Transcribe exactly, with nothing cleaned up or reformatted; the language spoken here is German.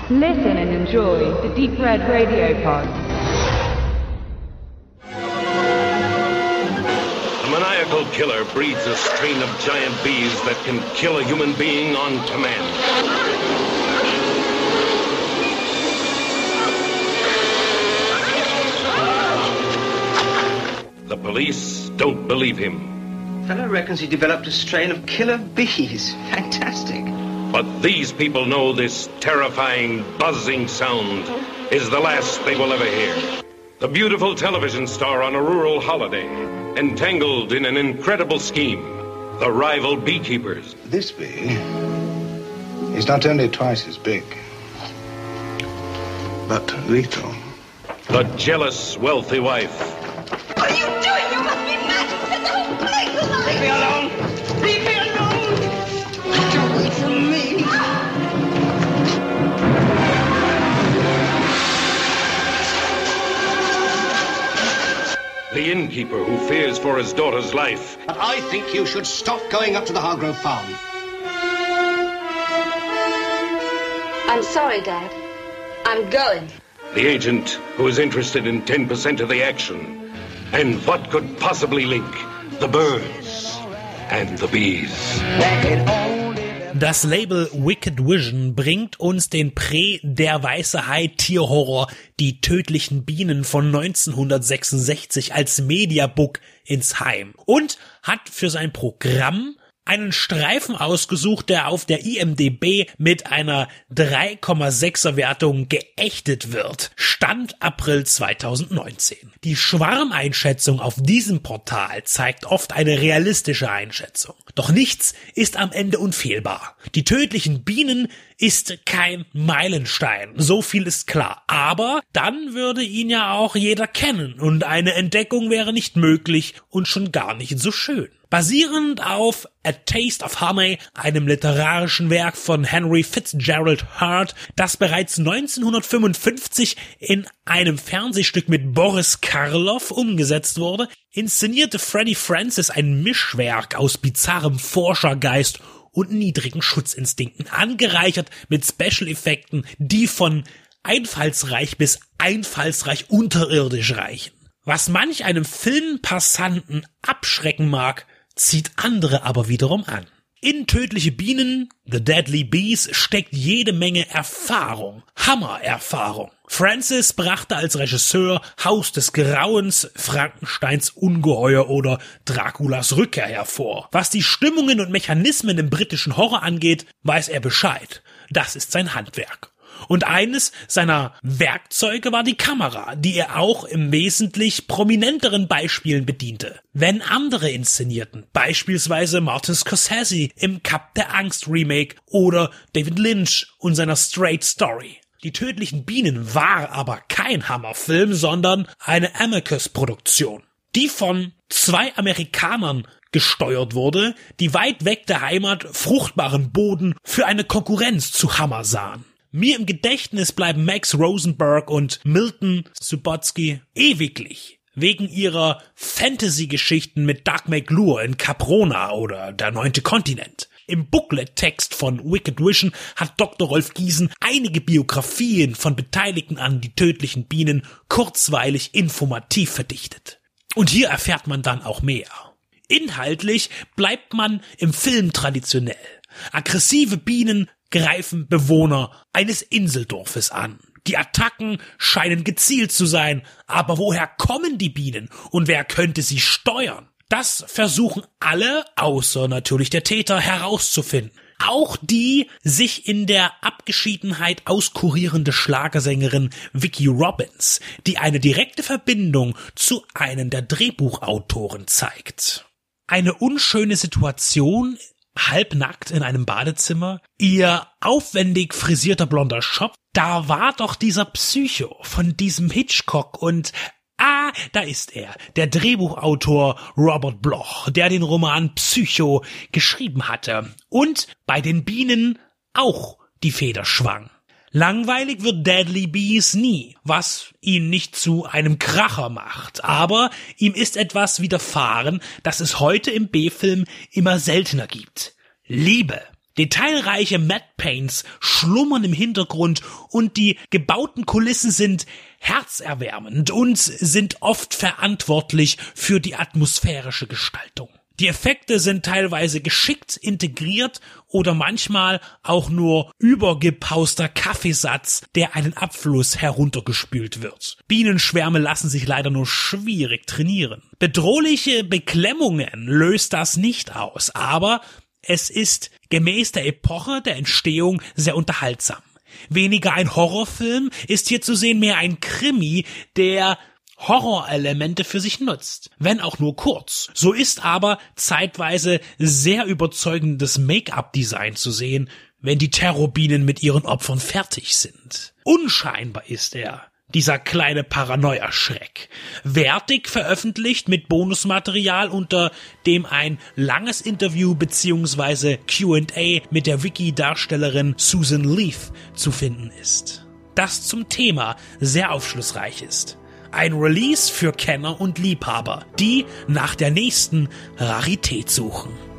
Listen and enjoy the Deep Red Radio Pod. A maniacal killer breeds a strain of giant bees that can kill a human being on command. The police don't believe him. Fellow reckons he developed a strain of killer bees. Fantastic. But these people know this terrifying, buzzing sound is the last they will ever hear. The beautiful television star on a rural holiday, entangled in an incredible scheme. The rival beekeepers. This bee is not only twice as big, but lethal. The jealous, wealthy wife. What are you doing? You must be mad! Set the whole place alive! Leave me alone! Leave me alone! Get away from me! The innkeeper who fears for his daughter's life. But I think you should stop going up to the Hargrove farm. I'm sorry, Dad. I'm going. The agent who is interested in ten percent of the action. And what could possibly link the birds and the bees? Das Label Wicked Vision bringt uns den Prä der weiße Hai Tierhorror Die tödlichen Bienen von neunzehnhundertsechsundsechzig als Mediabook ins Heim und hat für sein Programm einen Streifen ausgesucht, der auf der I M D B mit einer drei Komma sechser Wertung geächtet wird. Stand April zweitausendneunzehn. Die Schwarmeinschätzung auf diesem Portal zeigt oft eine realistische Einschätzung. Doch nichts ist am Ende unfehlbar. Die tödlichen Bienen ist kein Meilenstein, so viel ist klar. Aber dann würde ihn ja auch jeder kennen und eine Entdeckung wäre nicht möglich und schon gar nicht so schön. Basierend auf A Taste of Honey, einem literarischen Werk von Henry Fitzgerald Hart, das bereits neunzehnhundertfünfundfünfzig in einem Fernsehstück mit Boris Karloff umgesetzt wurde, inszenierte Freddie Francis ein Mischwerk aus bizarrem Forschergeist und niedrigen Schutzinstinkten, angereichert mit Special-Effekten, die von einfallsreich bis einfallsreich unterirdisch reichen. Was manch einem Filmpassanten abschrecken mag, zieht andere aber wiederum an. In Tödliche Bienen, The Deadly Bees, steckt jede Menge Erfahrung, Hammererfahrung. Francis brachte als Regisseur Haus des Grauens, Frankensteins Ungeheuer oder Draculas Rückkehr hervor. Was die Stimmungen und Mechanismen im britischen Horror angeht, weiß er Bescheid. Das ist sein Handwerk. Und eines seiner Werkzeuge war die Kamera, die er auch im wesentlich prominenteren Beispielen bediente. Wenn andere inszenierten, beispielsweise Martin Scorsese im Cup der Angst Remake oder David Lynch und seiner Straight Story. Die tödlichen Bienen war aber kein Hammerfilm, sondern eine Amicus-Produktion, die von zwei Amerikanern gesteuert wurde, die weit weg der Heimat fruchtbaren Boden für eine Konkurrenz zu Hammer sahen. Mir im Gedächtnis bleiben Max Rosenberg und Milton Subotsky ewiglich wegen ihrer Fantasy-Geschichten mit Doug McClure in Caprona oder Der neunte Kontinent. Im Booklet-Text von Wicked Vision hat Doktor Rolf Giesen einige Biografien von Beteiligten an Die tödlichen Bienen kurzweilig informativ verdichtet. Und hier erfährt man dann auch mehr. Inhaltlich bleibt man im Film traditionell. Aggressive Bienen greifen Bewohner eines Inseldorfes an. Die Attacken scheinen gezielt zu sein, aber woher kommen die Bienen und wer könnte sie steuern? Das versuchen alle, außer natürlich der Täter, herauszufinden. Auch die sich in der Abgeschiedenheit auskurierende Schlagersängerin Vicki Robbins, die eine direkte Verbindung zu einem der Drehbuchautoren zeigt. Eine unschöne Situation, halbnackt in einem Badezimmer, ihr aufwendig frisierter blonder Schopf, da war doch dieser Psycho von diesem Hitchcock und ah, da ist er, der Drehbuchautor Robert Bloch, der den Roman Psycho geschrieben hatte und bei den Bienen auch die Feder schwang. Langweilig wird Deadly Bees nie, was ihn nicht zu einem Kracher macht, aber ihm ist etwas widerfahren, das es heute im B-Film immer seltener gibt. Liebe. Detailreiche Matte Paints schlummern im Hintergrund und die gebauten Kulissen sind herzerwärmend und sind oft verantwortlich für die atmosphärische Gestaltung. Die Effekte sind teilweise geschickt integriert oder manchmal auch nur übergepauster Kaffeesatz, der einen Abfluss heruntergespült wird. Bienenschwärme lassen sich leider nur schwierig trainieren. Bedrohliche Beklemmungen löst das nicht aus, aber es ist gemäß der Epoche der Entstehung sehr unterhaltsam. Weniger ein Horrorfilm ist hier zu sehen, mehr ein Krimi, der Horrorelemente für sich nutzt, wenn auch nur kurz. So ist aber zeitweise sehr überzeugendes Make-up-Design zu sehen, wenn die Terrorbienen mit ihren Opfern fertig sind. Unscheinbar ist er, dieser kleine Paranoia-Schreck. Wertig veröffentlicht mit Bonusmaterial, unter dem ein langes Interview bzw. Q and A mit der Wiki-Darstellerin Susan Leaf zu finden ist. Das zum Thema sehr aufschlussreich ist. Ein Release für Kenner und Liebhaber, die nach der nächsten Rarität suchen.